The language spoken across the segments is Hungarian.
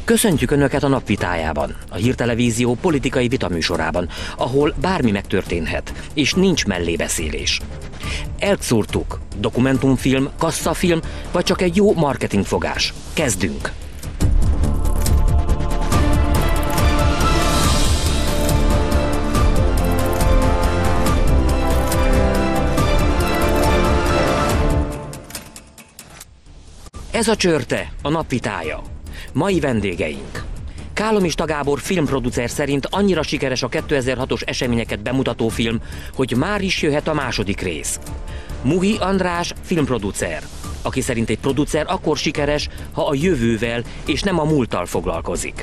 Köszöntjük Önöket a Napvitájában, a Hírtelevízió politikai vitaműsorában, ahol bármi megtörténhet, és nincs mellébeszélés. Elszúrtuk, dokumentumfilm, kasszafilm, vagy csak egy jó marketingfogás. Kezdünk! Ez a Csörte, a Napvitája. Mai vendégeink. Kálomista Gábor filmproducer szerint annyira sikeres a 2006-os eseményeket bemutató film, hogy már is jöhet a második rész. Muhi András filmproducer, aki szerint egy producer akkor sikeres, ha a jövővel és nem a múlttal foglalkozik.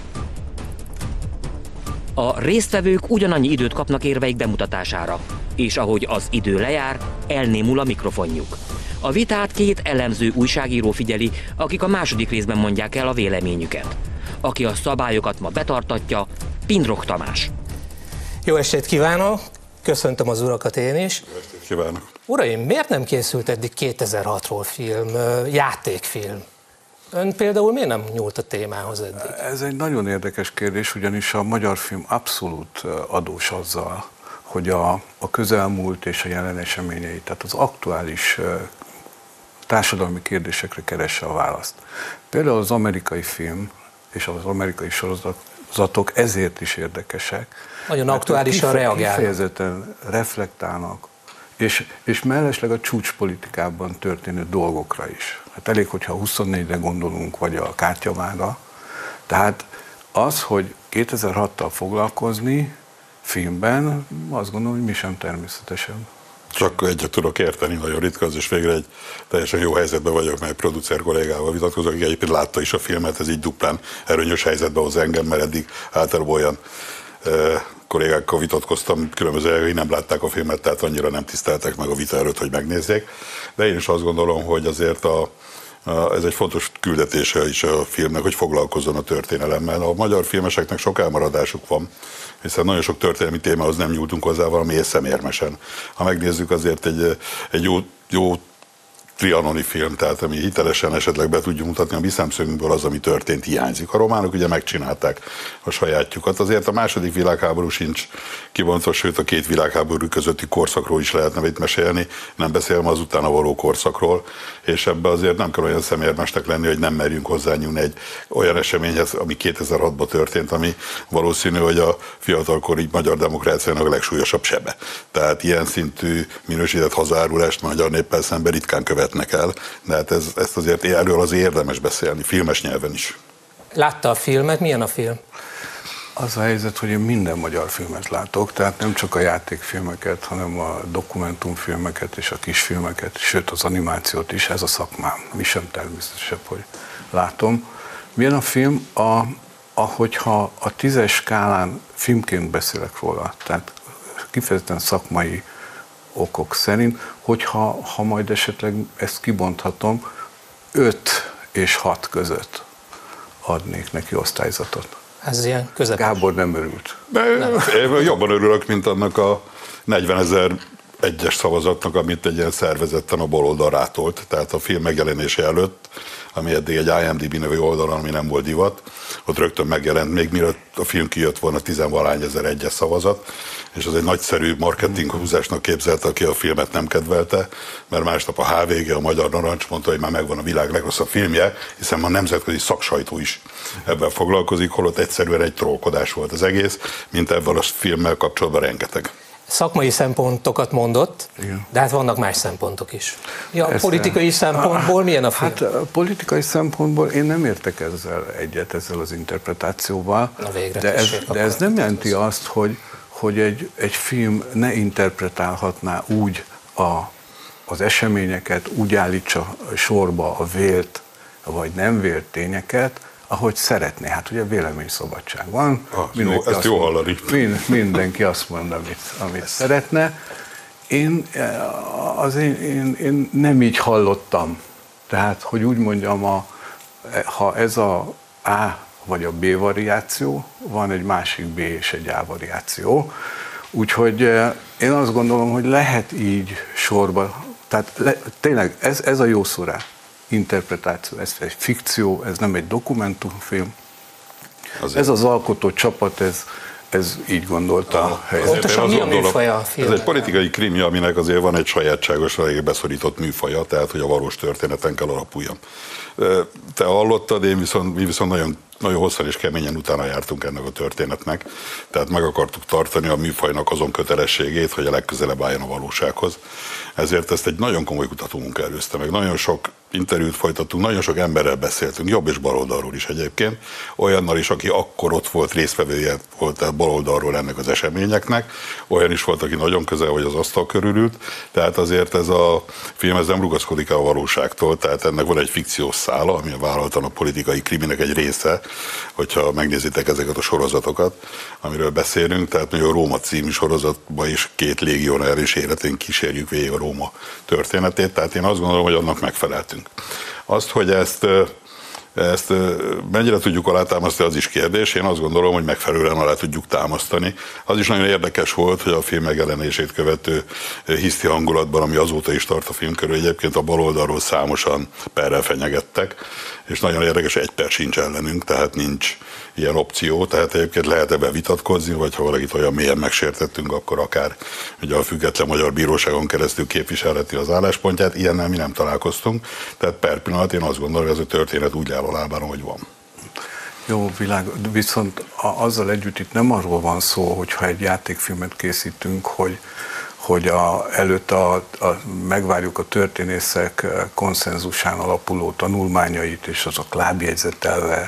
A résztvevők ugyanannyi időt kapnak érveik bemutatására, és ahogy az idő lejár, elnémul a mikrofonjuk. A vitát két elemző újságíró figyeli, akik a második részben mondják el a véleményüket. Aki a szabályokat ma betartatja, Pindrok Tamás. Jó estét kívánok! Köszöntöm az urakat én is. Jó estét kívánok! Uraim, miért nem készült eddig 2006-ról film, játékfilm? Ön például miért nem nyúlt a témához eddig? Ez egy nagyon érdekes kérdés, ugyanis a magyar film abszolút adós azzal, hogy a közelmúlt és a jelen eseményei, tehát az aktuális társadalmi kérdésekre keresse a választ. Például az amerikai film és az amerikai sorozatok ezért is érdekesek. Nagyon aktuálisan reagálnak. Kifejezetten reflektálnak, és mellesleg a csúcspolitikában történő dolgokra is. Hát elég, hogyha 24-re gondolunk, vagy a kártyavára. Tehát az, hogy 2006-tal foglalkozni filmben, azt gondolom, hogy mi sem természetesen. Csak egyet tudok érteni, nagyon ritka az, és végre egy teljesen jó helyzetben vagyok, mert producer kollégával vitatkozok, aki egyébként látta is a filmet, ez így duplán erőnyös helyzetbe hoz engem, mert eddig általában olyan kollégákkal vitatkoztam, különböző, hogy nem látták a filmet, tehát annyira nem tiszteltek meg a vita előtt, hogy megnézzék. De én is azt gondolom, hogy azért ez egy fontos küldetése is a filmnek, hogy foglalkozzon a történelemmel. A magyar filmeseknek sok elmaradásuk van, hiszen nagyon sok történelmi témához nem nyúltunk hozzá valami észemérmesen. Ha megnézzük, azért egy jó trianoni film, tehát ami hitelesen esetleg be tudjuk mutatni a mi szemszögünkből az, ami történt, hiányzik. A románok ugye megcsinálták a sajátjukat. Azért a második világháború sincs kibontva, sőt a két világháború közötti korszakról is lehetne itt mesélni, nem beszélve az utána való korszakról, és ebbe azért nem kell olyan szemérmesnek lenni, hogy nem merjünk hozzányúlni egy olyan eseményhez, ami 2006-ban történt, ami valószínű, hogy a fiatalkori magyar demokráciának a legsúlyosabb sebe. Tehát ilyen szintű minősített hazárulást magyar néppel szemben ritkán követnek el, de hát ezt azért erről az érdemes beszélni, filmes nyelven is. Látta a filmet? Milyen a film? Az a helyzet, hogy én minden magyar filmet látok, tehát nem csak a játékfilmeket, hanem a dokumentumfilmeket és a kisfilmeket, sőt az animációt is, ez a szakmám. Mi sem természetesebb, hogy látom. Milyen a film? Ahogyha a 10-es skálán filmként beszélek róla, tehát kifejezetten szakmai okok szerint, hogyha majd esetleg ezt kibonthatom, 5 és 6 között adnék neki osztályzatot. Ez ilyen közepes. Gábor nem örült. Én jobban örülök, mint annak a 40 000 egyes szavazatnak, amit egy ilyen szervezetten a baloldal rátolt. Tehát a film megjelenése előtt, ami eddig egy IMDb nevű oldalon, ami nem volt divat, ott rögtön megjelent, még mielőtt a film kijött volna 10-valány ezer egyes szavazat, és az egy nagyszerű marketing húzásnak képzelte, aki a filmet nem kedvelte, mert másnap a HVG, a Magyar Narancs mondta, hogy már megvan a világ legrosszabb filmje, hiszen már nemzetközi szaksajtó is ebben foglalkozik, holott egyszerűen egy trollkodás volt az egész, mint ebben a filmmel kapcsolatban rengeteg. Szakmai szempontokat mondott, igen. De hát vannak más szempontok is. Ja, politikai szempontból milyen a film? Hát politikai szempontból én nem értek ezzel az interpretációval, de ez nem jelenti azt, hogy egy film ne interpretálhatná úgy az eseményeket, úgy állítsa sorba a vélt vagy nem vélt tényeket, ahogy szeretné. Hát ugye véleményszabadság van. Ezt jó hallani. Mindenki azt mond, amit szeretne. Én nem így hallottam. Tehát, hogy úgy mondjam, ha ez a A vagy a B variáció, van egy másik B és egy A variáció. Úgyhogy én azt gondolom, hogy lehet így sorba, tehát tényleg ez a jó szó rá, interpretáció, ez egy fikció, ez nem egy dokumentumfilm, Ez az alkotó csapat, ez így gondolta a helyzetet. Pontosan mi a műfaja a film? Ez egy politikai krimi, aminek azért van egy sajátságos, beszorított műfaja, tehát hogy a valós történeten kell alapuljon. Te hallottad, mi viszont nagyon, nagyon hosszan és keményen utána jártunk ennek a történetnek, tehát meg akartuk tartani a műfajnak azon kötelességét, hogy a legközelebb álljon a valósághoz. Ezért ezt egy nagyon komoly kutatómunka előzte meg. Nagyon sok interjút folytattunk, nagyon sok emberrel beszéltünk, jobb és baloldalról is egyébként, olyannal is, aki akkor ott volt, résztvevője volt a baloldalról ennek az eseményeknek, olyan is volt, aki nagyon közel vagy az asztal körül ült, tehát azért ez a film ez nem rugaszkodik el a valóságtól, tehát ennek van egy fikciós szála, ami vállaltan a politikai kriminek egy része, hogyha megnézitek ezeket a sorozatokat, amiről beszélünk, tehát még a Róma című sorozatban is 2 légionár és életén kísérjük végig a Róma történetét, tehát én azt gondolom, hogy annak megfeleltünk. Azt, hogy ezt mennyire tudjuk alátámasztani, az is kérdés. Én azt gondolom, hogy megfelelően alá tudjuk támasztani. Az is nagyon érdekes volt, hogy a film megjelenését követő hiszti hangulatban, ami azóta is tart a film körül, egyébként a baloldalról számosan perrel fenyegettek, és nagyon érdekes, 1 perc sincs ellenünk, tehát nincs ilyen opció, tehát egyébként lehet ebben vitatkozni, vagy ha valakit olyan mélyen megsértettünk, akkor akár ugye a független magyar bíróságon keresztül képviselheti az álláspontját, ilyennel mi nem találkoztunk, tehát per pillanat én azt gondolom, hogy ez a történet úgy áll a lábára, hogy van. Jó, világ, viszont azzal együtt itt nem arról van szó, hogyha egy játékfilmet készítünk, hogy előtt megvárjuk a történészek konszenzusán alapuló tanulmányait, és azok lábjegyzetelve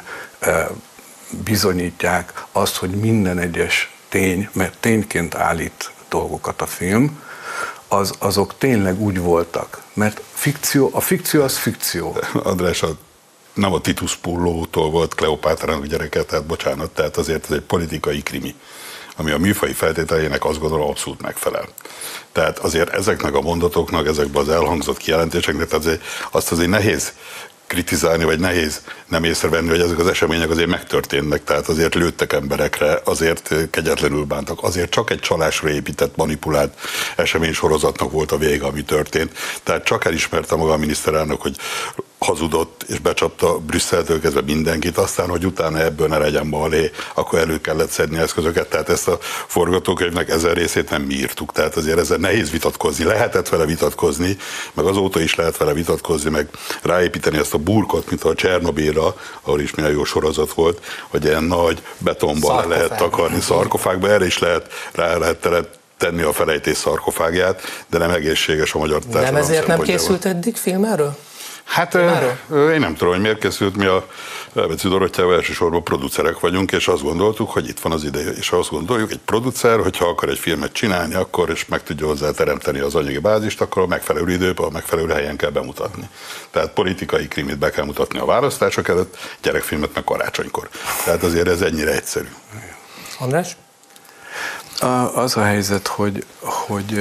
bizonyítják azt, hogy minden egyes tény, mert tényként állít dolgokat a film, azok tényleg úgy voltak. Mert a fikció az fikció. András, nem a Titus Pullótól volt Kleopátrának gyereke, tehát bocsánat, tehát azért ez egy politikai krimi, ami a műfai feltételének azt gondolom abszolút megfelel. Tehát azért ezeknek a mondatoknak, ezekben az elhangzott kijelentéseknek, tehát azt azért nehéz kritizálni, vagy nehéz nem észrevenni, hogy ezek az események azért megtörténnek, tehát azért lőttek emberekre, azért kegyetlenül bántak, azért csak egy csalásra épített, manipulált eseménysorozatnak volt a vége, ami történt. Tehát csak elismerte maga a miniszterelnök, hogy hazudott és becsapta Brüsszeltől kezdve mindenkit, aztán, hogy utána ebből ne legyen balé, akkor elő kellett szedni eszközöket, tehát ezt a forgatókönyvnek ezen részét nem mi írtuk, tehát azért ezzel nehéz vitatkozni, lehetett vele vitatkozni, meg azóta is lehet vele vitatkozni, meg ráépíteni ezt a burkot, mint a Csernobylra, ahol is milyen jó sorozat volt, hogy ilyen nagy betonba le lehet takarni, szarkofágba, erre is rá lehet tenni a felejtés szarkofágját, de nem egészséges a magyar társadalom. Nem ezért nem készült eddig film erről? Hát én nem tudom, hogy miért készült, mi a Elbeci Dorottyával elsősorban producerek vagyunk, és azt gondoltuk, hogy itt van az ideje, és azt gondoljuk, egy producer, hogyha akar egy filmet csinálni, akkor és meg tudja hozzá teremteni az anyagi bázist, akkor a megfelelő időben, a megfelelő helyen kell bemutatni. Tehát politikai krimit be kell mutatni a választások előtt, gyerekfilmet meg karácsonykor. Tehát azért ez ennyire egyszerű. András? Az a helyzet, hogy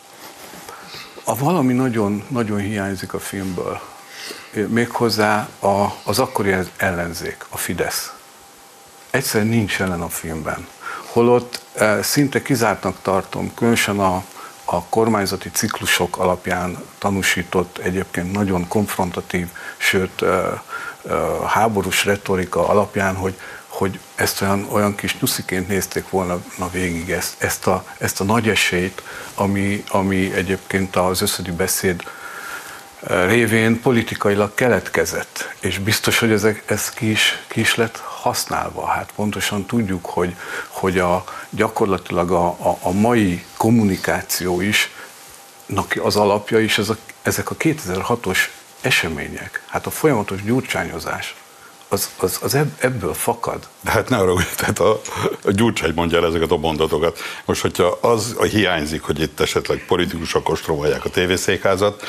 valami nagyon, nagyon hiányzik a filmből. Méghozzá az akkori ellenzék, a Fidesz. Egyszerűen nincs jelen a filmben. Holott szinte kizártnak tartom, különösen a kormányzati ciklusok alapján tanúsított egyébként nagyon konfrontatív, sőt háborús retorika alapján, hogy ezt olyan kis nyusziként nézték volna végig ezt a nagy esélyt, ami egyébként az összödi beszéd révén politikailag keletkezett. És biztos, hogy ez ki is lett használva. Hát pontosan tudjuk, hogy gyakorlatilag a mai kommunikáció is, az alapja is ezek a 2006-os események, hát a folyamatos gyurcsányozás, az ebből fakad. Hát ne arra, tehát a Gyurcsány mondja el ezeket a mondatokat. Most, hogyha az hiányzik, hogy itt esetleg politikusok ostromolják a tévészékházat,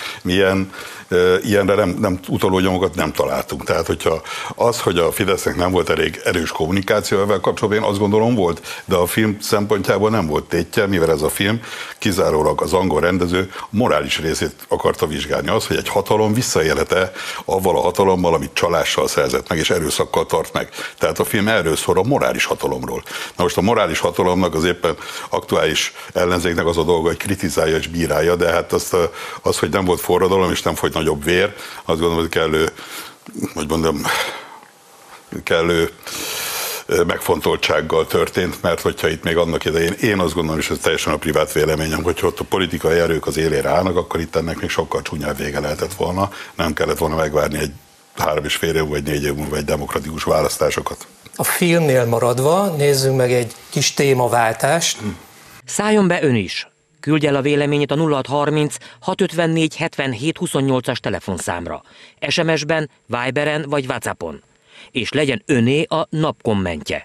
ilyenre nem utaló nyomokat nem találtunk. Tehát, hogyha hogy a Fidesznek nem volt elég erős kommunikáció ezzel kapcsolatban, én azt gondolom volt, de a film szempontjából nem volt tétje, mivel ez a film kizárólag az angol rendező morális részét akarta vizsgálni. Az, hogy egy hatalom visszaélete avval a hatalommal, amit csalással szerzett meg, és erőszakkal tart meg. Tehát a film erről szól, a morális hatalomról. Na most a morális hatalomnak az éppen aktuális ellenzéknek az a dolga, hogy kritizálja és bírálja, de hát az, hogy nem volt forradalom és nem folyt nagyobb vér, azt gondolom, hogy kellő megfontoltsággal történt, mert hogyha itt még annak idején, én azt gondolom, és ez teljesen a privát véleményem, hogyha ott a politikai erők az élére állnak, akkor itt ennek még sokkal csúnyább vége lehetett volna, nem kellett volna megvárni egy 3,5 év vagy 4 év múlva egy demokratikus választásokat. A filmnél maradva nézzünk meg egy kis témaváltást. Szálljon be ön is! Küldj el a véleményét a 0630 654 77 28-as telefonszámra, SMS-ben, Viberen vagy WhatsAppon. És legyen öné a nap kommentje.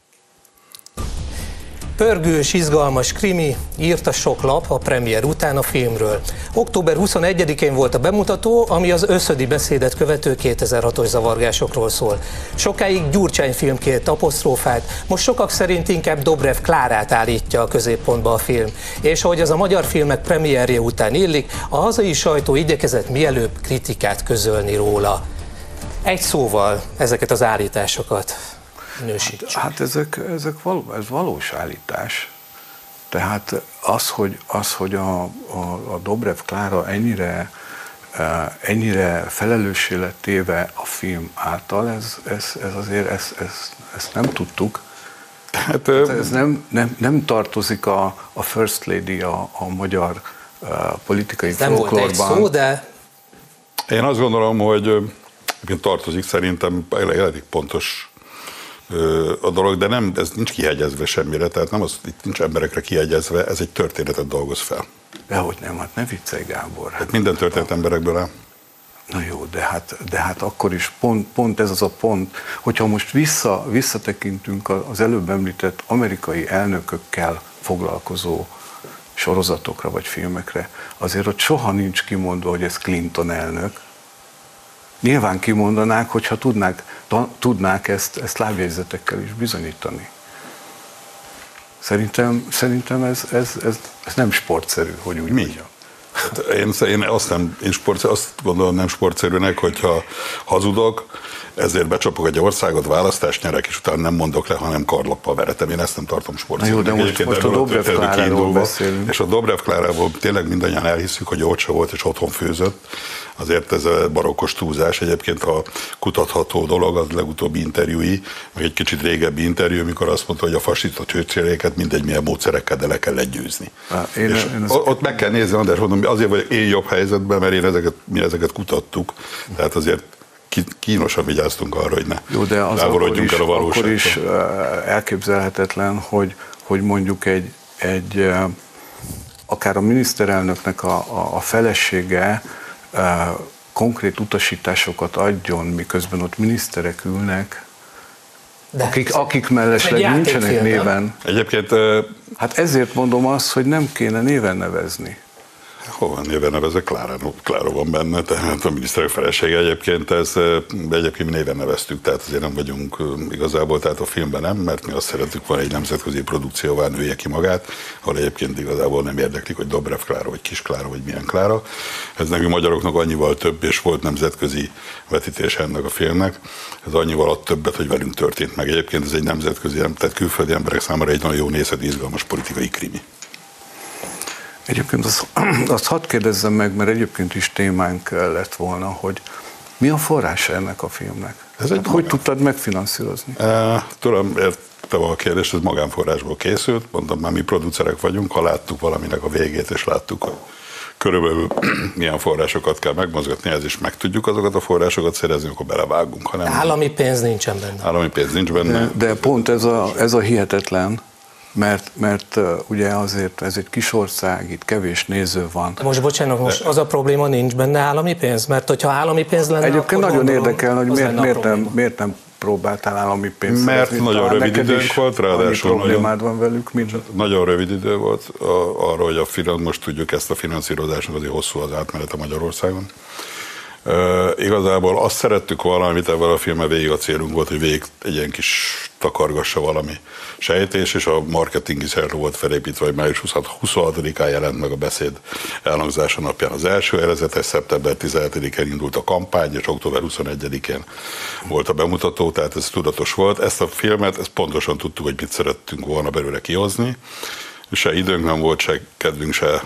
Pörgős, izgalmas krimi, írta sok lap a premier után a filmről. Október 21-én volt a bemutató, ami az összödi beszédet követő 2006-os zavargásokról szól. Sokáig Gyurcsány filmként aposztrófált, most sokak szerint inkább Dobrev Klárát állítja a középpontba a film. És ahogy az a magyar filmek premierje után illik, a hazai sajtó igyekezett mielőbb kritikát közölni róla. Egy szóval ezeket az állításokat minősítsük. Hát ez valós állítás. Tehát az, hogy a Dobrev Klára ennyire felelőssé lett téve a film által, ezt nem tudtuk. Hát, ez nem tartozik a First Lady a magyar politikai folklórban. Nem volt egy szó, de... Én azt gondolom, hogy tartozik, szerintem elég pontos a dolog, de nem, ez nincs kihegyezve semmire, tehát nem az, itt nincs emberekre kihegyezve, ez egy történetet dolgoz fel. Dehogy nem, hát ne viccelj, Gábor. Hát minden történet emberekből áll. Na jó, de hát akkor is pont ez az a pont, hogyha most visszatekintünk az előbb említett amerikai elnökökkel foglalkozó sorozatokra vagy filmekre, azért ott soha nincs kimondva, hogy ez Clinton elnök. Nyilván kimondanák, hogyha tudnák ezt lábjegyzetekkel is bizonyítani. Szerintem ez nem sportszerű, hogy úgy mondjam. Én azt gondolom nem sportszerűnek, hogyha hazudok, ezért becsapok egy országot, választást nyerek, és utána nem mondok le, hanem karlappal veretem. Én ezt nem tartom sportszerűnek. Na jó, de most a Dobrev Kláráról beszélünk. És a Dobrev Klárából tényleg mindannyian elhiszük, hogy ott se volt, és otthon főzött. Azért ez a barokkos túlzás. Egyébként a kutatható dolog az legutóbbi interjúi, meg egy kicsit régebbi interjú, amikor azt mondta, hogy a fasiszta csőcséréket mindegy milyen módszerekkel, de le kell legyőzni. Ott meg kell nézni, András, mondom, azért vagyok én jobb helyzetben, mert mi ezeket kutattuk. Tehát azért kínosan vigyáztunk arra, hogy ne távolodjunk el a valóságtól. Akkor is elképzelhetetlen, hogy mondjuk egy akár a miniszterelnöknek a felesége konkrét utasításokat adjon, miközben ott miniszterek ülnek, akik mellesleg nincsenek néven. Egyébként... Hát ezért mondom azt, hogy nem kéne néven nevezni. Hol van néven nevezve? Klára van benne, tehát a miniszterek felesége egyébként, egyébként mi néven neveztük, tehát azért nem vagyunk igazából, tehát a filmben nem, mert mi azt szeretük, van egy nemzetközi produkcióvá nője ki magát, ahol egyébként igazából nem érdeklik, hogy Dobrev Klára, vagy Kis Klára, vagy milyen Klára. Ez nekünk magyaroknak annyival több, és volt nemzetközi vetítése ennek a filmnek, ez annyival ad többet, hogy velünk történt meg. Egyébként ez egy nemzetközi, tehát külföldi emberek számára egy nagyon jó nézhető, izgalmas politikai krimi. Egyébként azt hadd kérdezzem meg, mert egyébként is témánk lett volna, hogy mi a forrása ennek a filmnek? Hogy tudtad megfinanszírozni? Tudom, értem a kérdést, ez magánforrásból készült, mondom, már mi producerek vagyunk, ha láttuk valaminek a végét, és láttuk, hogy körülbelül milyen forrásokat kell megmozgatni, ez is meg tudjuk azokat a forrásokat szerezni, akkor belevágunk. Állami pénz nincsen benne. Állami pénz nincs benne. De pont ez a hihetetlen, mert ugye azért ez egy kis ország, itt kevés néző van. Most bocsánat, most az a probléma, nincs benne állami pénz? Mert hogyha állami pénz lenne, egyébként nagyon gondolom, érdekel, hogy miért nem próbáltál állami pénzt mert szerezni. Nagyon rövid időnk volt, ráadásul problémád van velük, nagyon rövid idő volt arra, hogy a film, most tudjuk ezt a finanszírozásnak azért hosszú az átmenete Magyarországon. Igazából azt szerettük valamit ebben a filmben, végig a célunk volt, hogy végig egy ilyen kis takargassa valami sejtés, és a marketingi szerre volt felépítve, hogy május 26-án jelent meg a beszéd elhangzása napján az első előzetes, szeptember 17-én indult a kampány, és október 21-én volt a bemutató, tehát ez tudatos volt. Ezt a filmet, ezt pontosan tudtuk, hogy mit szerettünk volna belőle kihozni, se időnk nem volt, se kedvünk, se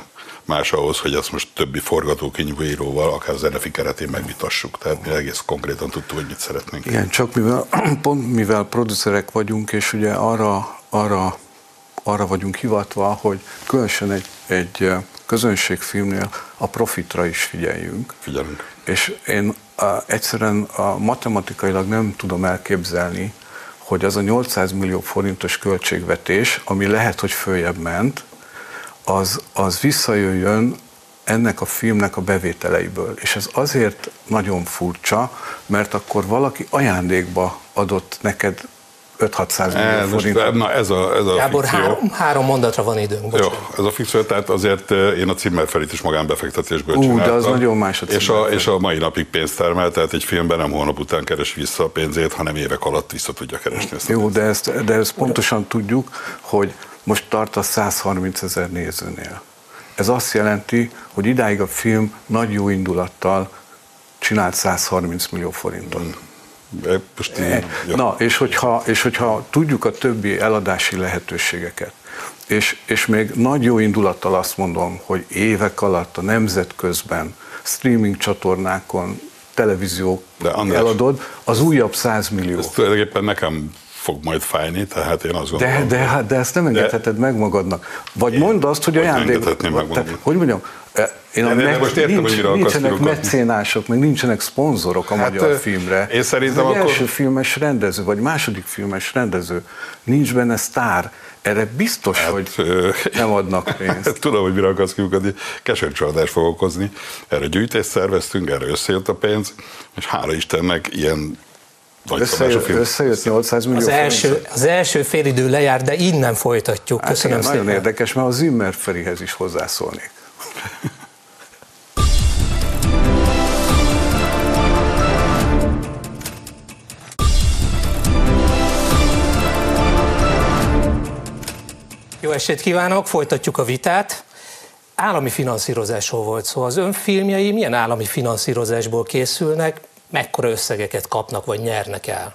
más ahhoz, hogy ezt most többi forgatókönyvíróval, akár zenefi keretén megvitassuk. Tehát mi egész konkrétan tudtuk, hogy mit szeretnénk. Igen, csak mivel producerek vagyunk, és ugye arra vagyunk hivatva, hogy különösen egy közönségfilmnél a profitra is figyeljünk. Figyelünk. És én egyszerűen matematikailag nem tudom elképzelni, hogy az a 800 millió forintos költségvetés, ami lehet, hogy följebb ment, az visszajöjjön ennek a filmnek a bevételeiből. És ez azért nagyon furcsa, mert akkor valaki ajándékba adott neked 5-600 millió forintot. Na ez a Gábor, fikció. három mondatra van időnk. Bocsánat. Jó, ez a fikció, tehát azért én a Zimmer Ferit is magánbefektetésből csináltam. De az nagyon más a és a mai napig pénzt termel, tehát egy filmben nem hónap után keres vissza a pénzét, hanem évek alatt vissza tudja keresni ezt a Jó, pénzt. de ezt pontosan tudjuk, hogy most tart a 130 000 nézőnél. Ez azt jelenti, hogy idáig a film nagy jó indulattal csinált 130 millió forintot. Na, és hogyha tudjuk a többi eladási lehetőségeket, és még nagy jó indulattal azt mondom, hogy évek alatt a nemzetközben, streaming csatornákon, televíziók eladod, az újabb 100 millió. Ez tulajdonképpen nekem fog majd fájni, tehát én azt gondolom. De ezt nem engedheted meg magadnak. Vagy mondd azt, hogy hogy mondjam, nincsenek mecénások, meg nincsenek szponzorok a magyar filmre. Én szerintem akkor... első filmes rendező, vagy második filmes rendező, nincs benne sztár. Erre biztos, hogy nem adnak pénzt. Tudom, hogy mire akarsz kiukadni. Kesercsaldást fog okozni. Erre gyűjtést szerveztünk, erre összejött a pénz, és hála Istennek ilyen Összejött 800 millió az első félidő lejárt, de innen folytatjuk. Köszönöm szépen. Nagyon érdekes, mert a Zimmer Ferihez is hozzászólnék. Jó estét kívánok, folytatjuk a vitát. Állami finanszírozásról volt szó. Az ön filmjei milyen állami finanszírozásból készülnek, mekkora összegeket kapnak vagy nyernek el?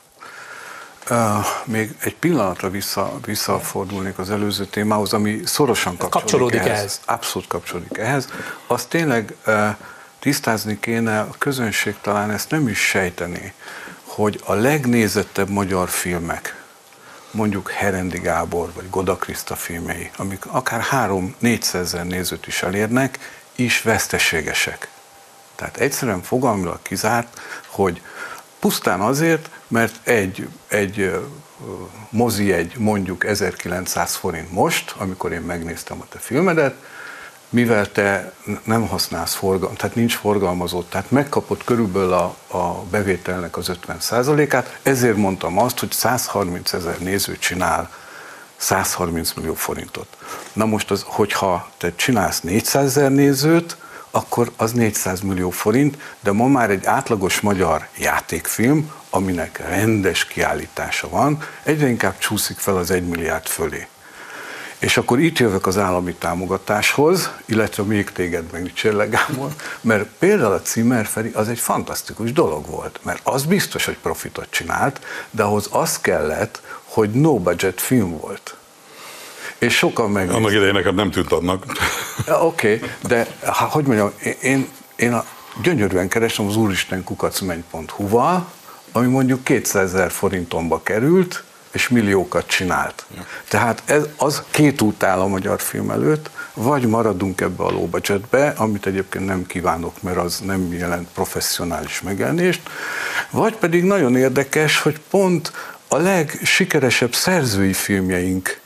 Még egy pillanatra visszafordulnék az előző témához, ami szorosan kapcsolódik ehhez. Abszolút kapcsolódik ehhez. Azt tényleg tisztázni kéne, a közönség talán ezt nem is sejteni, hogy a legnézettebb magyar filmek, mondjuk Herendi Gábor vagy Goda Kriszta filmjei, amik akár 300-400 000 nézőt is elérnek, is veszteségesek. Tehát egyszerűen fogalmilag kizárt, hogy pusztán azért, mert egy mozijegy mondjuk 1900 forint most, amikor én megnéztem a te filmedet, mivel te nem használsz forgalmat, tehát nincs forgalmazó, tehát megkapod körülbelül a bevételnek az 50%-át, ezért mondtam azt, hogy 130 000 néző csinál 130 millió forintot. Na most, hogyha te csinálsz 400 000 nézőt, akkor az 400 millió forint, de ma már egy átlagos magyar játékfilm, aminek rendes kiállítása van, egyre inkább csúszik fel az 1 milliárd fölé. És akkor itt jövök az állami támogatáshoz, illetve még téged megdicsérlek, Gábor, mert például a Zimmer Feri az egy fantasztikus dolog volt, mert az biztos, hogy profitot csinált, de ahhoz az kellett, hogy no budget film volt. És sokan megnézték. Annak idején neked nem tűnt annak. Oké, de hogy mondjam, én gyönyörűen keresem az úristenkukacmenny.hu-val, ami mondjuk 200 000 forintomba került, és milliókat csinált. Ja. Tehát az két út áll a magyar film előtt, vagy maradunk ebbe a low budgetbe, amit egyébként nem kívánok, mert az nem jelent professzionális megjelenést, vagy pedig nagyon érdekes, hogy pont a legsikeresebb szerzői filmjeink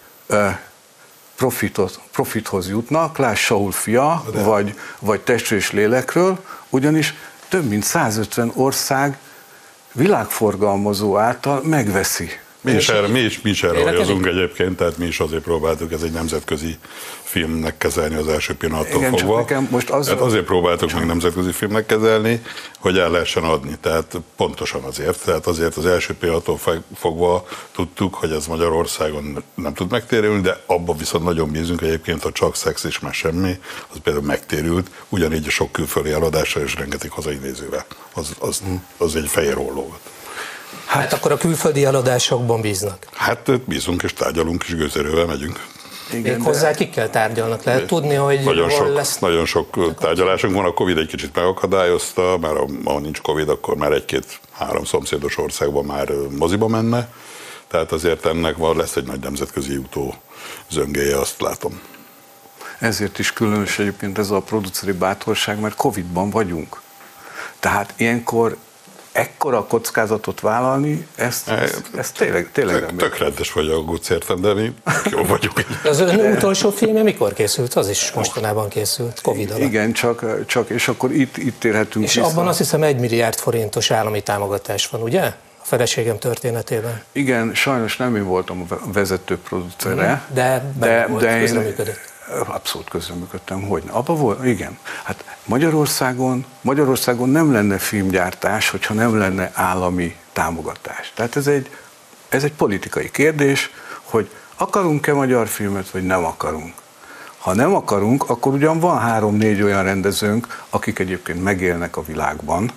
profithoz jutnak, lásd Saul fia, vagy Testről és lélekről, ugyanis több mint 150 ország világforgalmazó által megveszi. Mi is erre hajazunk egyébként, tehát mi is azért próbáltuk ez egy nemzetközi filmnek kezelni az első pillanattól fogva. Tehát azért próbáltuk meg nemzetközi filmnek kezelni, hogy el lehessen adni. Tehát pontosan azért. Tehát azért az első pillanattól fogva tudtuk, hogy ez Magyarországon nem tud megtérülni, de abban viszont nagyon bízunk egyébként, ha csak szex és már semmi, az például megtérült, ugyanígy a sok külföldi eladással és rengeteg hazai nézővel. Az egy fehér holló volt. Hát akkor a külföldi eladásokban bíznak. Hát bízunk és tárgyalunk és gőzerővel megyünk. még hozzá kikkel tárgyalnak? Lehet tudni, hogy nagyon sok tárgyalásunk van, a Covid egy kicsit megakadályozta, mert ha nincs Covid, akkor már 1-2-3 szomszédos országban már moziba menne, tehát azért ennek lesz egy nagy nemzetközi jutó zöngéje, azt látom. Ezért is különös egyébként ez a produceri bátorság, mert Covid-ban vagyunk. Tehát ilyenkor ekkora kockázatot vállalni, ezt tényleg nem. Tök rendes vagy, aggódsz értem, de mi jól vagyunk. Az ön utolsó filmje mikor készült? Az is mostanában készült, Covid alatt. Igen, csak és akkor itt érhetünk és vissza. Abban azt hiszem 1 milliárd forintos állami támogatás van, ugye? A feleségem történetében. Igen, sajnos nem én voltam a vezető producere. De közreműködött. Abszolút közreműködtem, hogy abban volt, igen. Hát Magyarországon nem lenne filmgyártás, hogyha nem lenne állami támogatás. Tehát ez egy politikai kérdés, hogy akarunk-e magyar filmet, vagy nem akarunk. Ha nem akarunk, akkor ugyan van 3-4 olyan rendezőnk, akik egyébként megélnek a világban,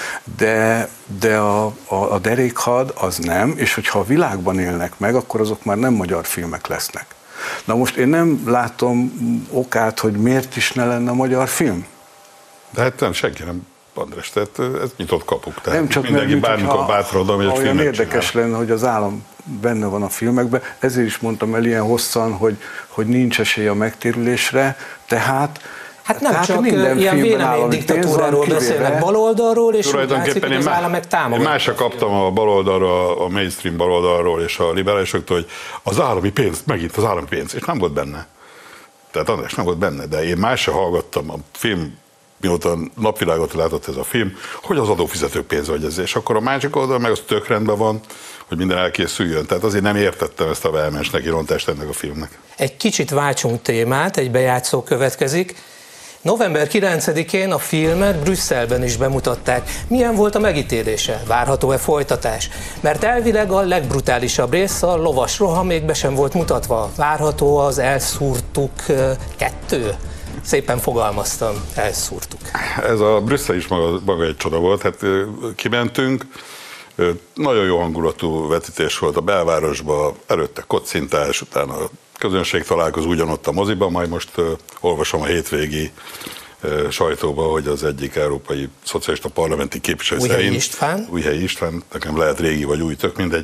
de a derékhad az nem, és hogyha a világban élnek meg, akkor azok már nem magyar filmek lesznek. Na most én nem látom okát, hogy miért is ne lenne magyar film. De hát nem, senki nem, András, tehát ez nyitott kapuk. Tehát nem csak mindenki bármikor bátran, hogy egy olyan érdekes lenne, hogy az állam benne van a filmekben, ezért is mondtam el ilyen hosszan, hogy nincs esély a megtérülésre, tehát nem csak ilyen véleménydiktatúráról beszélnek baloldalról, és úgy látszik, hogy az állam meg támogatja. Én másra kaptam a baloldalról, a mainstream baloldalról és a liberálisoktól, hogy az állami pénz, megint az állami pénz, és nem volt benne. Tehát András nem volt benne, de én másra hallgattam a film, mióta napvilágot látott ez a film, hogy az adófizetők pénz vagy ez, és akkor a másik oldal meg az tök rendben van, hogy minden elkészüljön. Tehát azért nem értettem ezt a vehemens nekirontást ennek a filmnek. Egy kicsit váltsunk témát, egy bejátszó következik. November 9-én a filmet Brüsszelben is bemutatták. Milyen volt a megítélése? Várható-e folytatás? Mert elvileg a legbrutálisabb rész, a lovas roham még be sem volt mutatva. Várható az Elszúrtuk 2? Szépen fogalmaztam, elszúrtuk. Ez a Brüsszel is maga egy csoda volt. Hát kimentünk, nagyon jó hangulatú vetítés volt a belvárosban, előtte kocintás, utána a közönség találkozó ugyanott a moziban, majd most olvasom a hétvégi sajtóba, hogy az egyik európai szocialista parlamenti képviselő szerint, Újhelyi István, nekem lehet régi vagy új, tök mindegy,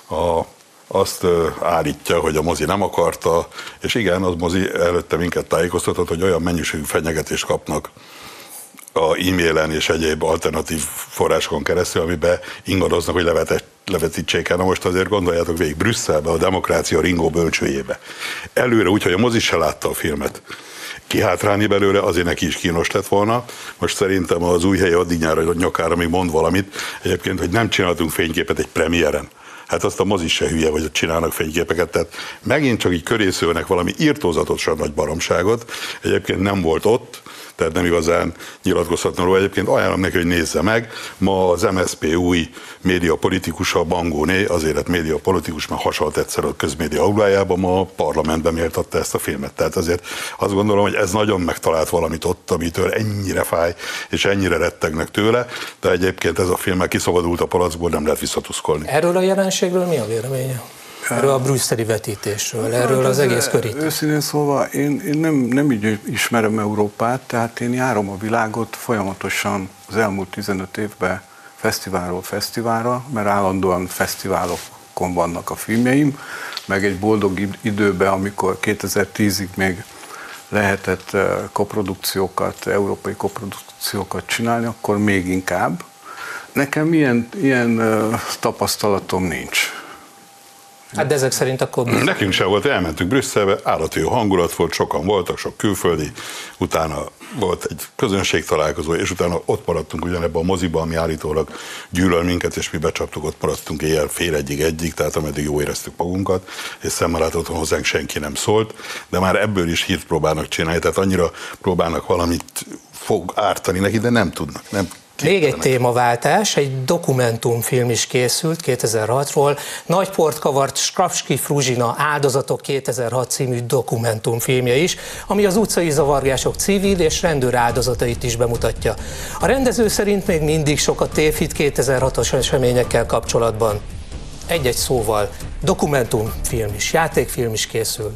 azt állítja, hogy a mozi nem akarta, és igen, az mozi előtte minket tájékoztatott, hogy olyan mennyiségű fenyegetést kapnak a e-mailen és egyéb alternatív forrásokon keresztül, amiben ingadoznak, hogy levetítsék el. Na most azért gondoljátok végig, Brüsszelbe, a demokrácia ringó bölcsőjébe. Előre úgy, hogy a mozi se látta a filmet. Kihátrálni belőle, azért neki is kínos lett volna. Most szerintem az Újhelyi addig nyára nyakára még mond valamit, egyébként, hogy nem csináltunk fényképet egy premiéren. Hát azt a mozi se hülye, hogy csinálnak fényképeket, tehát megint csak így körészőnek valami irtózatosan nagy baromságot, egyébként nem volt ott, tehát nem igazán nyilatkozhatna róla. Egyébként ajánlom neki, hogy nézze meg. Ma az MSZP új médiapolitikusa, Bangóné, azért lett médiapolitikus, mert hasonlott egyszer a közmédia aulájában, ma a parlamentben méltatta ezt a filmet. Tehát azért azt gondolom, hogy ez nagyon megtalált valamit ott, amitől ennyire fáj, és ennyire rettegnek tőle, de egyébként ez a film kiszabadult a palacból, nem lehet visszatuszkolni. Erről a jelenségről mi a véleménye? Erről a brüsszeli vetítésről, erről az egész körítől. Őszintén szólva, én nem így ismerem Európát, tehát én járom a világot folyamatosan az elmúlt 15 évben fesztiválról fesztiválra, mert állandóan fesztiválokon vannak a filmjeim, meg egy boldog időben, amikor 2010-ig még lehetett koprodukciókat, európai koprodukciókat csinálni, akkor még inkább. Nekem ilyen tapasztalatom nincs. Hát de ezek szerint akkor... Nekünk sem volt, elmentünk Brüsszelbe, állati jó hangulat volt, sokan voltak, sok külföldi, utána volt egy közönségtalálkozó, és utána ott maradtunk ugyanebben a moziban, ami állítólag gyűlöl minket, és mi becsaptuk, ott maradtunk éjjel fél egyig, tehát ameddig jó éreztük magunkat, és szemmel láthatóan hozzánk senki nem szólt, de már ebből is hírt próbálnak csinálni, tehát annyira próbálnak valamit fog ártani neki, de nem tudnak, nem. Még egy témaváltás, egy dokumentumfilm is készült 2006-ról, nagy port kavart Skravski Fruzsina Áldozatok 2006 című dokumentumfilmje is, ami az utcai zavargások civil és rendőr áldozatait is bemutatja. A rendező szerint még mindig sok a tévhit 2006-os eseményekkel kapcsolatban. Egy-egy szóval, dokumentumfilm is, játékfilm is készült.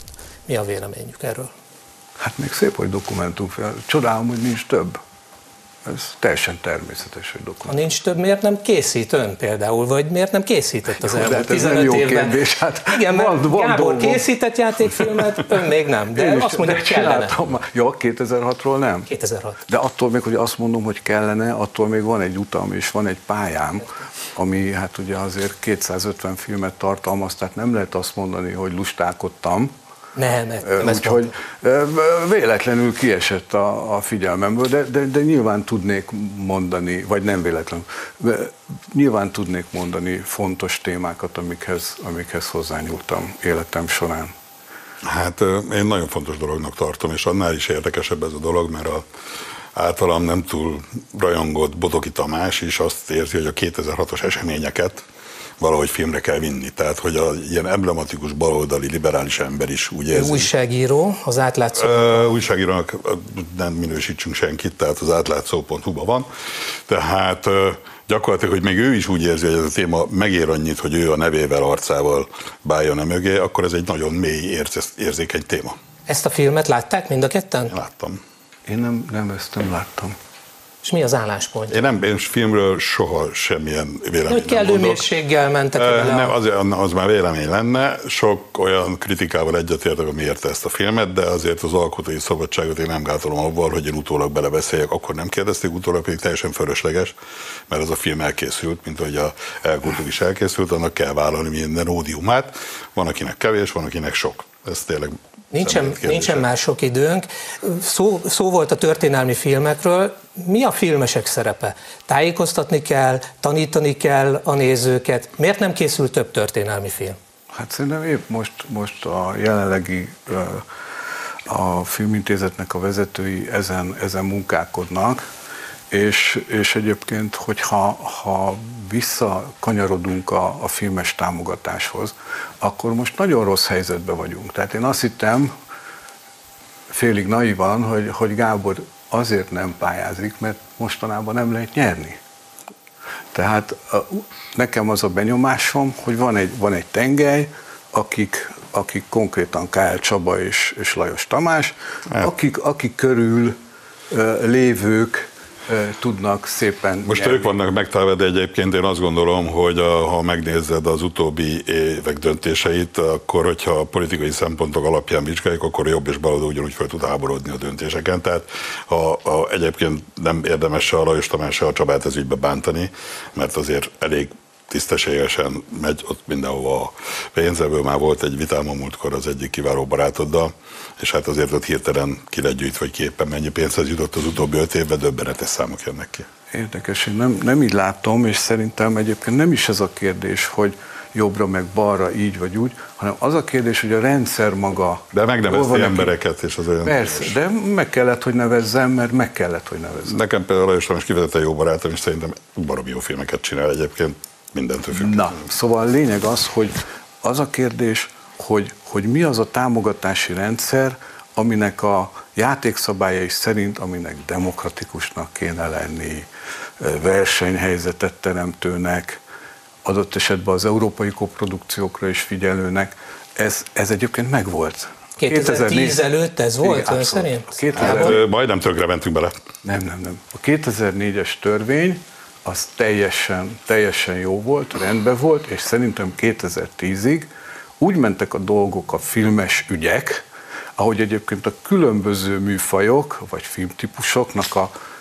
Mi a véleményük erről? Hát még szép, hogy dokumentumfilm. Csodálom, hogy nincs több. Ez teljesen természetes, hogy dokumentum. Ha nincs több, miért nem készít ön például, vagy miért nem készített az elmúlt 15 jó évben? Kérdés. Hát igen, mert Gábor dolgom. készített játékfilmet, ön még nem, de azt mondja, hogy kellene. Ja, 2006-ról nem? 2006. De attól még, hogy azt mondom, hogy kellene, attól még van egy utam és van egy pályám, ami hát ugye azért 250 filmet tartalmaz, tehát nem lehet azt mondani, hogy lustálkodtam. Nem úgyhogy véletlenül kiesett a figyelmemből, de nyilván tudnék mondani, vagy nem véletlenül, nyilván tudnék mondani fontos témákat, amikhez hozzányúltam életem során. Hát én nagyon fontos dolognak tartom, és annál is érdekesebb ez a dolog, mert általam nem túl rajongott Bodoki Tamás is azt érzi, hogy a 2006-os eseményeket valahogy filmre kell vinni. Tehát, hogy ilyen emblematikus baloldali liberális ember is úgy érzi. Újságíró, az átlátszó. Újságírónak nem minősítsünk senkit, tehát az átlátszó.hu-ban van. Tehát gyakorlatilag, hogy még ő is úgy érzi, hogy ez a téma megér annyit, hogy ő a nevével, arcával bájjon mögé, akkor ez egy nagyon mély, érzékeny téma. Ezt a filmet látták mind a ketten? Láttam. Én nem láttam. És mi az álláspont? Én filmről soha semmilyen vélemény hogy kellő mélységgel mentek el. Nem, az már vélemény lenne. Sok olyan kritikával egyetértek, ami érte ezt a filmet, de azért az alkotói szabadságot én nem gátolom abban, hogy én utólag belebeszéljek. Akkor nem kérdezték, utólag pedig teljesen fölösleges, mert az a film elkészült, mint ahogy a Elkurtuk is elkészült, annak kell vállalni minden ódiumát. Van, akinek kevés, van, akinek sok. Ez tényleg Nincsen már sok időnk. Szó volt a történelmi filmekről. Mi a filmesek szerepe? Tájékoztatni kell, tanítani kell a nézőket. Miért nem készül több történelmi film? Hát szerintem épp most a jelenlegi a Filmintézetnek a vezetői ezen munkálkodnak, és egyébként, hogyha visszakanyarodunk a filmes támogatáshoz, akkor most nagyon rossz helyzetben vagyunk. Tehát én azt hittem, félig naivan, hogy Gábor azért nem pályázik, mert mostanában nem lehet nyerni. Tehát nekem az a benyomásom, hogy van egy tengely, akik konkrétan K.L. Csaba és Lajos Tamás, akik körül lévők tudnak szépen most nyerni. ők vannak megtalálva, de egyébként én azt gondolom, hogy ha megnézed az utóbbi évek döntéseit, akkor hogyha a politikai szempontok alapján vizsgáljuk, akkor jobb és baloldal ugyanúgy fel tud háborodni a döntéseken. Tehát ha egyébként nem érdemes se a Lajos Tamás, se a Csabát ez ügybe bántani, mert azért elég tisztességesen megy ott mindenhova a pénz. Ebből már volt egy vitám a múltkor az egyik kiváló barátoddal, és hát azért ott hirtelen ki lett gyűjtve, hogy képpen mennyi pénzhez jutott az utóbbi 5 évben, döbbenetes számok jönnek ki. Érdekes, én nem így látom, és szerintem egyébként nem is ez a kérdés, hogy jobbra meg balra, így vagy úgy, hanem az a kérdés, hogy a rendszer maga... De megnevezti embereket, és az olyan... Persze, de meg kellett, hogy nevezzem, mert meg kellett, hogy nevezzem. Nekem például Lajos Tamás kifejezetten jó barátom, és szerintem baromi jó filmeket csinál egyébként, mindentől függ. Na, szóval a lényeg az, hogy az a kérdés, hogy mi az a támogatási rendszer, aminek a játékszabályai szerint, aminek demokratikusnak kéne lenni, versenyhelyzetet teremtőnek, adott esetben az európai koprodukciókra is figyelőnek, ez egyébként megvolt. 2010 előtt ez volt, igen, ön szerint? Hát, majdnem tökre mentünk bele. Nem. A 2004-es törvény az teljesen jó volt, rendben volt, és szerintem 2010-ig úgy mentek a dolgok, a filmes ügyek, ahogy egyébként a különböző műfajok, vagy filmtípusoknak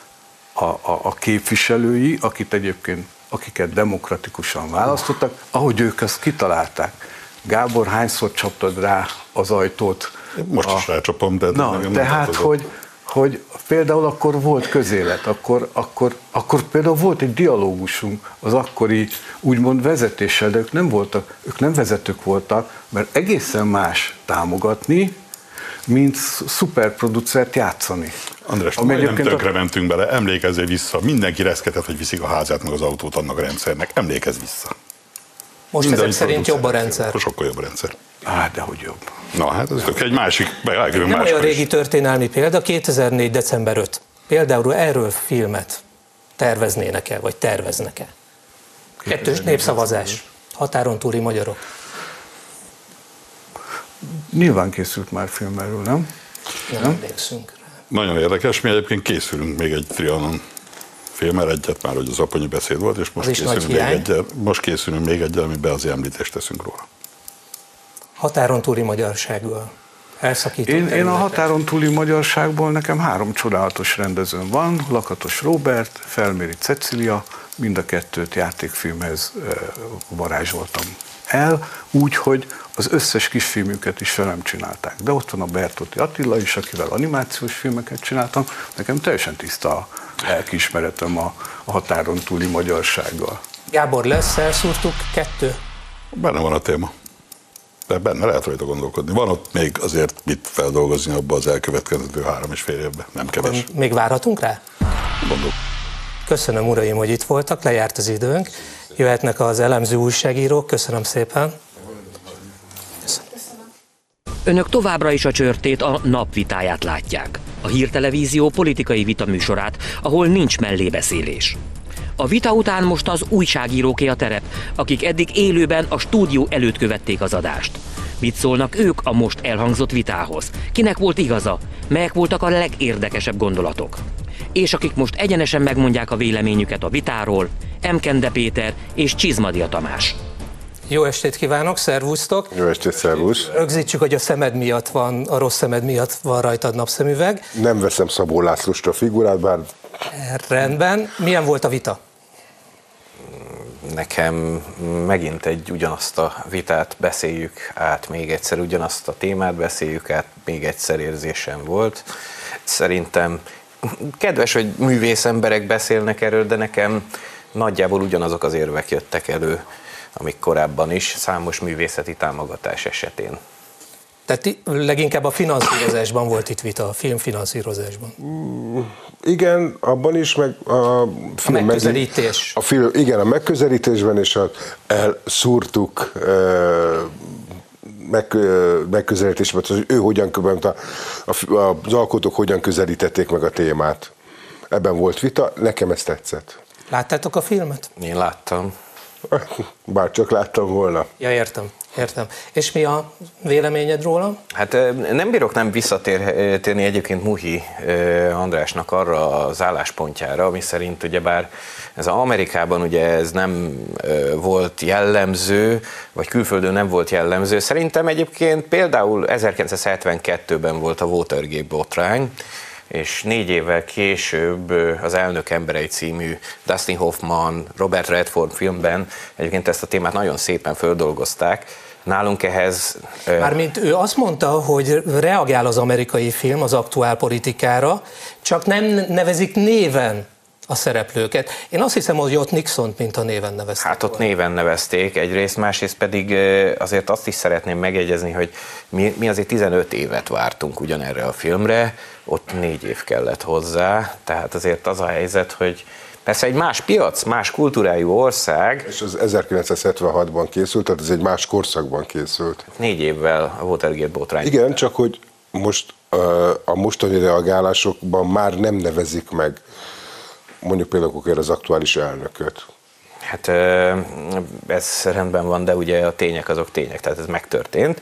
a képviselői, akiket demokratikusan választottak, ahogy ők ezt kitalálták. Gábor, hányszor csaptad rá az ajtót? Most is rácsapom, de... Na, tehát, hogy például akkor volt közélet, akkor például volt egy dialógusunk az akkori úgymond vezetéssel, de ők nem vezetők voltak, mert egészen más támogatni, mint szuperproducert játszani. András, majdnem tökre mentünk bele, emlékezzél vissza, mindenki reszketett, hogy viszik a házát meg az autót annak a rendszernek, emlékezz vissza. Most ezek szerint jobb a rendszer. Sokkal jobb a rendszer. Dehogy jobb. Na hát ez egy másik, nem olyan régi történelmi példa, 2004. december 5. Például erről filmet terveznének-e, vagy terveznek-e? 2. népszavazás. Határon túli magyarok. Nyilván készült már film erről, nem? Nem emlékszünk rá. Nagyon érdekes, mi egyébként készülünk még egy Trianon filmmel, egyet már, hogy az aponyi beszéd volt, és most készülünk még egyet, amiben azért említést teszünk róla. Határon túli magyarsággal elszakított. Én a határon túli magyarságból nekem 3 csodálatos rendezőm van, Lakatos Róbert, Felméri Cecília, mind a 2 játékfilmhez varázsoltam el, úgyhogy az összes kisfilmüket is velem csinálták. De ott van a Bertotti Attila is, akivel animációs filmeket csináltam, nekem teljesen tiszta a lelkiismeretem a határon túli magyarsággal. Gábor, lesz, elszúrtuk 2? Benne van a téma. De benne lehet rajta gondolkodni. Van ott még azért mit feldolgozni abba az elkövetkező 3,5 évben. Nem kevés. Még várhatunk rá? Gondolok. Köszönöm, uraim, hogy itt voltak, lejárt az időnk. Jöhetnek az elemző újságírók, köszönöm szépen. Önök továbbra is a Csörtét, a napvitáját látják. A hírtelevízió politikai vitaműsorát, ahol nincs mellébeszélés. A vita után most az újságíróké a terep, akik eddig élőben a stúdió előtt követték az adást. Mit szólnak ők a most elhangzott vitához? Kinek volt igaza? Melyek voltak a legérdekesebb gondolatok? És akik most egyenesen megmondják a véleményüket a vitáról, Emkende Péter és Csizmadia Tamás. Jó estét kívánok, szervusztok! Jó estét, szervusz! Rögzítsük, hogy a szemed miatt van, a rossz szemed miatt van rajtad napszemüveg. Nem veszem Szabó Lászlóstra a figurát, bár... Rendben. Milyen volt a vita? Nekem megint ugyanazt a vitát beszéljük át még egyszer, ugyanazt a témát beszéljük át még egyszer érzésem volt. Szerintem kedves, hogy művész emberek beszélnek erről, de nekem nagyjából ugyanazok az érvek jöttek elő, amik korábban is, számos művészeti támogatás esetén. Tehát leginkább a finanszírozásban volt itt vita, a filmfinanszírozásban. Igen, abban is, meg a film megközelítés. Igen, a megközelítésben és az elszúrtuk megközelítésben, hogy ő hogyan, az alkotók hogyan közelítették meg a témát. Ebben volt vita, nekem ez tetszett. Láttátok a filmet? Én láttam. Bár csak láttam volna. Ja, értem. És mi a véleményed róla? Hát nem bírok nem visszatérni egyébként Muhi Andrásnak arra az álláspontjára, ami szerint ugyebár ez Amerikában ugye ez nem volt jellemző, vagy külföldön nem volt jellemző. Szerintem egyébként például 1972-ben volt a Watergate botrány, és 4 évvel később az Elnök emberei című Dustin Hoffman, Robert Redford filmben egyébként ezt a témát nagyon szépen földolgozták. Nálunk ehhez... Mármint ő azt mondta, hogy reagál az amerikai film az aktuál politikára, csak nem nevezik néven a szereplőket. Én azt hiszem, hogy ott Nixont mint a néven nevezték. Hát ott néven nevezték egyrészt, másrészt pedig azért azt is szeretném megjegyezni, hogy mi azért 15 évet vártunk ugyanerre a filmre, ott 4 év kellett hozzá, tehát azért az a helyzet, hogy persze egy más piac, más kultúrájú ország. És az 1976-ban készült, tehát ez egy más korszakban készült. 4 évvel a Watergate botrány. Igen, csak hogy most a mostani reagálásokban már nem nevezik meg mondjuk például az aktuális elnököt. Hát ez rendben van, de ugye a tények azok tények, tehát ez megtörtént.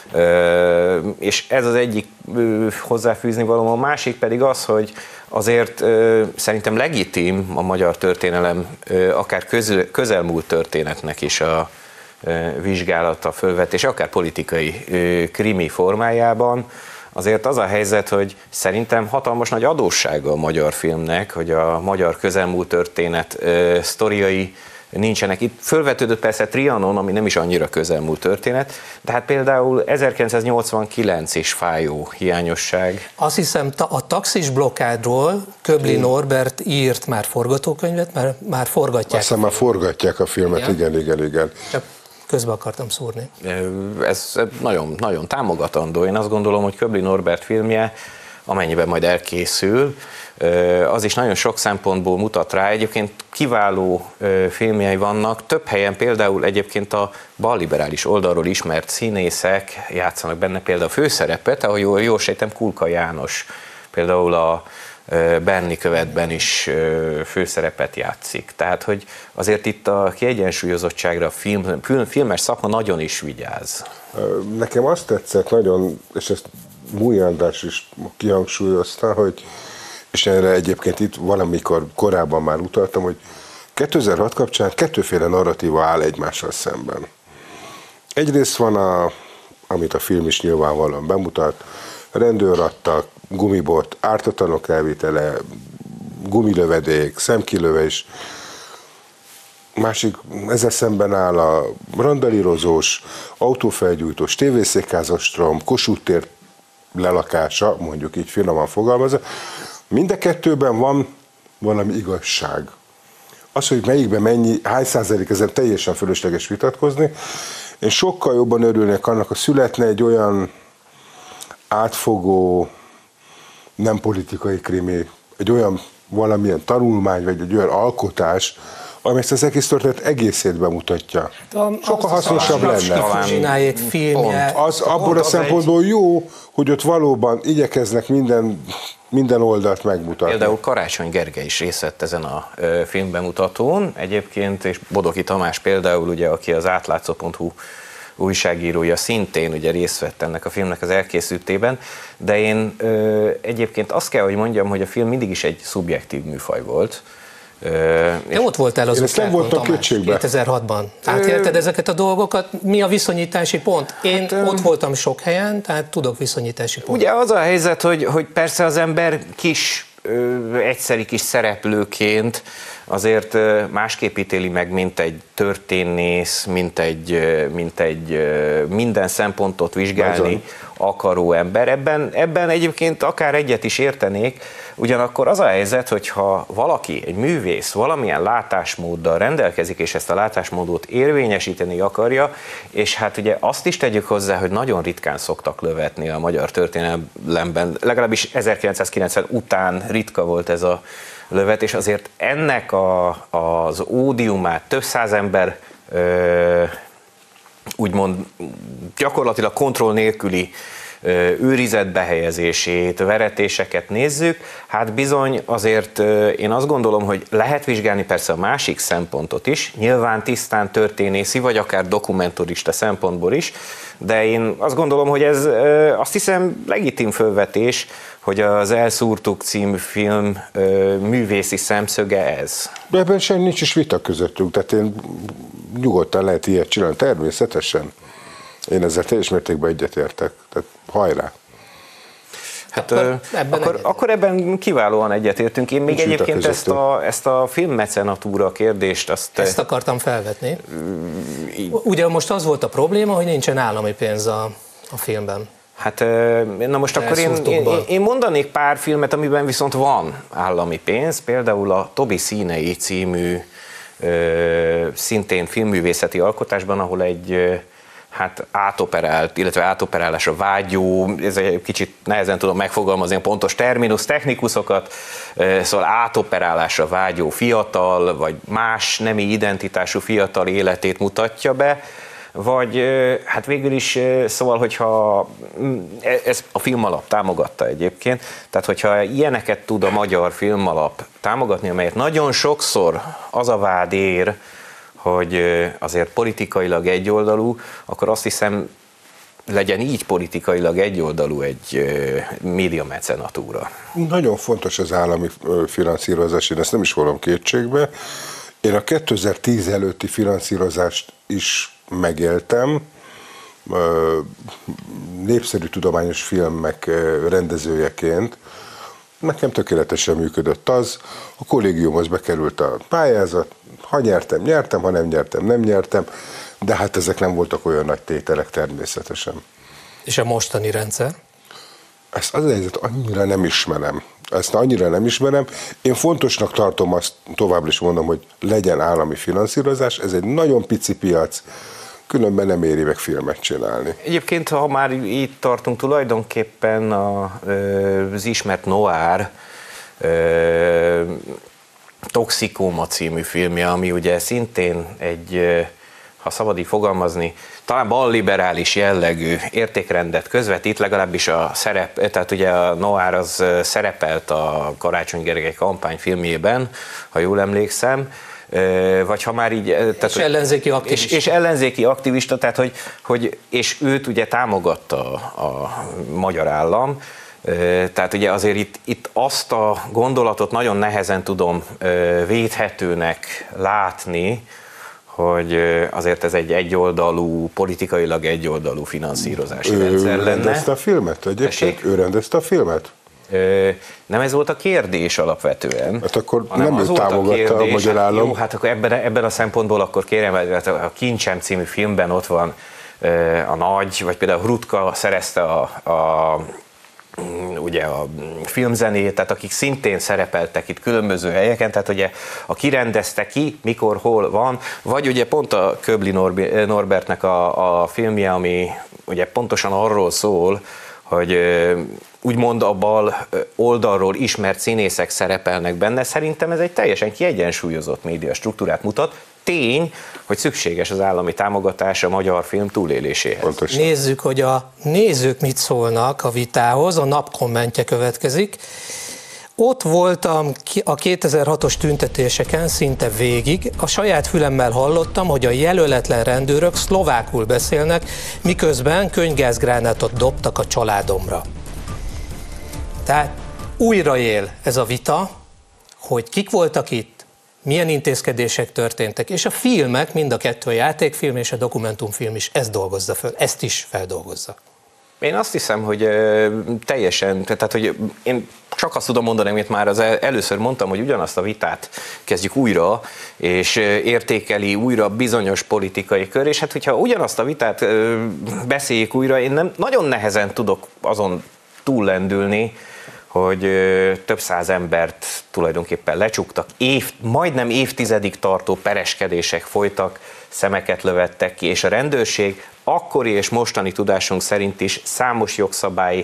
És ez az egyik hozzáfűzni való, a másik pedig az, hogy azért szerintem legitim a magyar történelem, akár közelmúlt történetnek is a vizsgálata, fölvetés, akár politikai krimi formájában. Azért az a helyzet, hogy szerintem hatalmas nagy adóssága a magyar filmnek, hogy a magyar közelmúlt történet sztoriai nincsenek itt. Fölvetődött persze Trianon, ami nem is annyira közelmúlt történet, de hát például 1989 is fájó hiányosság. Azt hiszem, a taxis blokkádról Köbli Norbert írt már forgatókönyvet, már forgatják. Aztán már forgatják a filmet, igen. Csak közbe akartam szúrni. Ez nagyon, nagyon támogatandó. Én azt gondolom, hogy Köbli Norbert filmje, amennyiben majd elkészül, az is nagyon sok szempontból mutat rá. Egyébként kiváló filmjei vannak. Több helyen például egyébként a balliberális oldalról ismert színészek játszanak benne például a főszerepet, ahogy jól sejtem, Kulka János például a Berni Követben is főszerepet játszik. Tehát, hogy azért itt a kiegyensúlyozottságra a filmes szakma nagyon is vigyáz. Nekem azt tetszett nagyon, és ezt Múj András is kihangsúlyozta, hogy, és erre egyébként itt valamikor korábban már utaltam, hogy 2006 kapcsán kettőféle narratíva áll egymással szemben. Egyrészt van, amit a film is nyilvánvalóan bemutat, rendőrattak, gumibot, ártatlanok elvitele, gumilövedék, szemkilövés. Másik, ezzel szemben áll a randalírozós, autófelgyújtós, tévészékházastrom, Kossuth tér lelakása, mondjuk így finoman fogalmazva. Mind a kettőben van valami igazság. Az, hogy melyikben mennyi, hány százalék, ezen teljesen fölösleges vitatkozni. Én sokkal jobban örülnék annak, hogy születne egy olyan átfogó, nem politikai krimi, egy olyan valamilyen tanulmány, vagy egy olyan alkotás, ami ezt az egész történet egészét bemutatja. Sokkal hasznosabb lenne. Zsinájék filmje. Az abból a szempontból jó, hogy ott valóban igyekeznek minden oldalt megmutatni. Például Karácsony Gergely is részt vett ezen a filmbemutatón egyébként, és Bodoki Tamás például, ugye, aki az átlátszó.hu újságírója, szintén ugye részt vett ennek a filmnek az elkészültében, de én egyébként azt kell, hogy mondjam, hogy a film mindig is egy szubjektív műfaj volt. Te ott voltál az utcákon, Tamás, 2006-ban. Átélted ezeket a dolgokat? Mi a viszonyítási pont? Én ott voltam sok helyen, tehát tudok viszonyítási pontot. Ugye az a helyzet, hogy persze az ember egyszeri kis szereplőként azért másképp ítéli meg, mint egy történész, mint egy minden szempontot vizsgálni akaró ember. Ebben egyébként akár egyet is értenék, ugyanakkor az a helyzet, hogyha valaki, egy művész valamilyen látásmóddal rendelkezik, és ezt a látásmódot érvényesíteni akarja, és hát ugye azt is tegyük hozzá, hogy nagyon ritkán szoktak lövetni a magyar történelemben, legalábbis 1990 után ritka volt ez a lövet, és azért ennek az ódiumát több száz ember úgymond gyakorlatilag kontroll nélküli őrizetbe helyezését, veretéseket nézzük, hát bizony azért én azt gondolom, hogy lehet vizsgálni persze a másik szempontot is, nyilván tisztán történészi, vagy akár dokumentarista szempontból is, de én azt gondolom, hogy ez azt hiszem legitim fölvetés, hogy az Elszúrtuk című film művészi szemszöge ez. De ebben sem nincs is vita közöttünk, tehát én nyugodtan lehet ilyet csinálni, természetesen. Én ezzel teljes mértékben egyetértek, tehát hajrá! Hát akkor ebben kiválóan egyetértünk. Én még egyébként ezt a filmmecenatúra kérdést... Ezt akartam felvetni. Ugye most az volt a probléma, hogy nincsen állami pénz a filmben. Hát, na most akkor én mondanék pár filmet, amiben viszont van állami pénz, például a Tobi színei című szintén filmművészeti alkotásban, ahol egy átoperált, illetve átoperálásra vágyó, ez egy kicsit nehezen tudom megfogalmazni a pontos terminus, technikusokat, szóval átoperálásra vágyó fiatal, vagy más nemi identitású fiatal életét mutatja be, vagy hát végül is, szóval, hogyha ez a Filmalap támogatta egyébként, tehát hogyha ilyeneket tud a Magyar Filmalap támogatni, amelyet nagyon sokszor az a vád ér, hogy azért politikailag egyoldalú, akkor azt hiszem, legyen így politikailag egyoldalú egy médiamecenatúra. Nagyon fontos az állami finanszírozás, én ezt nem is vonom kétségbe. Én a 2010 előtti finanszírozást is megéltem, népszerű tudományos filmek rendezőjeként. Nekem tökéletesen működött az, a kollégiumhoz bekerült a pályázat, ha nyertem, nyertem, ha nem nyertem, nem nyertem, de hát ezek nem voltak olyan nagy tételek természetesen. És a mostani rendszer? Ezt az helyzet annyira nem ismerem. Ezt annyira nem ismerem. Én fontosnak tartom azt, továbbra is mondom, hogy legyen állami finanszírozás, ez egy nagyon pici piac, különben nem éri meg filmet csinálni. Egyébként, ha már itt tartunk, tulajdonképpen az ismert noir Toxikóma című filmje, ami ugye szintén egy, ha szabad így fogalmazni, talán balliberális jellegű értékrendet közvetít, legalábbis a szerep, tehát ugye a Noir az szerepelt a Karácsony Gergely kampányfilmjében, ha jól emlékszem, vagy ha már így... Tehát, és ellenzéki aktivista. És ellenzéki aktivista, tehát és őt ugye támogatta a magyar állam, tehát ugye azért itt azt a gondolatot nagyon nehezen tudom védhetőnek látni, hogy azért ez egy egyoldalú, politikailag egyoldalú finanszírozási rendszer lenne. Ő rendezte a filmet egyébként? Ő rendezte a filmet? Nem ez volt a kérdés alapvetően. Hát akkor nem ő támogatta a magyar állam. Jó, hát akkor ebben a szempontból akkor kérem, hogy a Kincsem című filmben ott van a Nagy, vagy például Hrutka szerezte ugye a filmzenét, tehát akik szintén szerepeltek itt különböző helyeken, tehát ugye aki rendezte ki, mikor, hol van, vagy ugye pont a Köbli Norbertnek a filmje, ami ugye pontosan arról szól, hogy úgymond a bal oldalról ismert színészek szerepelnek benne, szerintem ez egy teljesen kiegyensúlyozott média struktúrát mutat. Tény, hogy szükséges az állami támogatás a magyar film túléléséhez. Pontosan. Nézzük, hogy a nézők mit szólnak a vitához, a Nap kommentje következik. Ott voltam a 2006-os tüntetéseken szinte végig, a saját fülemmel hallottam, hogy a jelöletlen rendőrök szlovákul beszélnek, miközben könygázgránátot dobtak a családomra. Tehát újra él ez a vita, hogy kik voltak itt, milyen intézkedések történtek, és a filmek, mind a kettő, a játékfilm és a dokumentumfilm is ezt dolgozza föl, ezt is feldolgozza. Én azt hiszem, hogy teljesen, tehát hogy én csak azt tudom mondani, amit már először mondtam, hogy ugyanazt a vitát kezdjük újra, és értékeli újra bizonyos politikai kör, és hát hogyha ugyanazt a vitát beszéljük újra, én nagyon nehezen tudok azon túllendülni, hogy több száz embert tulajdonképpen lecsuktak, majdnem évtizedig tartó pereskedések folytak, szemeket lövettek ki, és a rendőrség akkori és mostani tudásunk szerint is számos jogszabály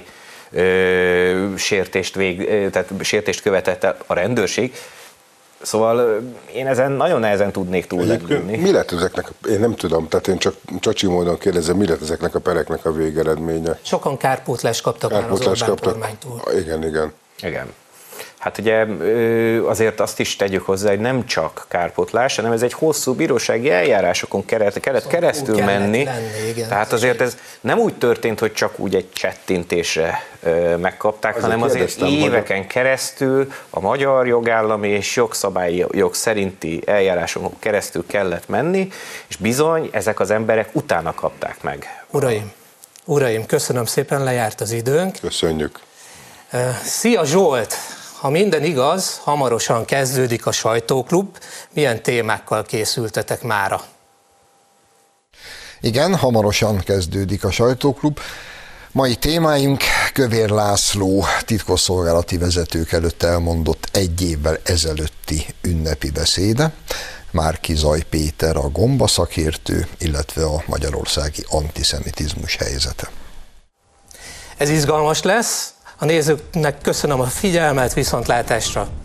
sértést követett el a rendőrség. Szóval én ezen nagyon nehezen tudnék túllendülni. Mi lett ezeknek, én nem tudom, tehát én csak csacsi módon kérdezem, mi lett ezeknek a pereknek a végeredménye? Sokan kárpótlást kaptak már az Orbán kormánytól. Igen. Hát ugye azért azt is tegyük hozzá, hogy nem csak kárpótlás, hanem ez egy hosszú bírósági eljárásokon kellett keresztül menni. Igen, tehát azért ez nem úgy történt, hogy csak úgy egy csettintésre megkapták, hanem azért éveken keresztül a magyar jogállami és jogszabályi jog szerinti eljárásokon keresztül kellett menni, és bizony ezek az emberek utána kapták meg. Uraim, köszönöm szépen, lejárt az időnk. Köszönjük. Szia Zsolt! Ha minden igaz, hamarosan kezdődik a Sajtóklub. Milyen témákkal készültetek mára? Igen, hamarosan kezdődik a Sajtóklub. Mai témáink Kövér László titkosszolgálati vezetők előtt elmondott egy évvel ezelőtti ünnepi beszéde, Márki-Zay Péter a gombaszakértő, illetve a magyarországi antiszemitizmus helyzete. Ez izgalmas lesz. A nézőknek köszönöm a figyelmet, viszontlátásra!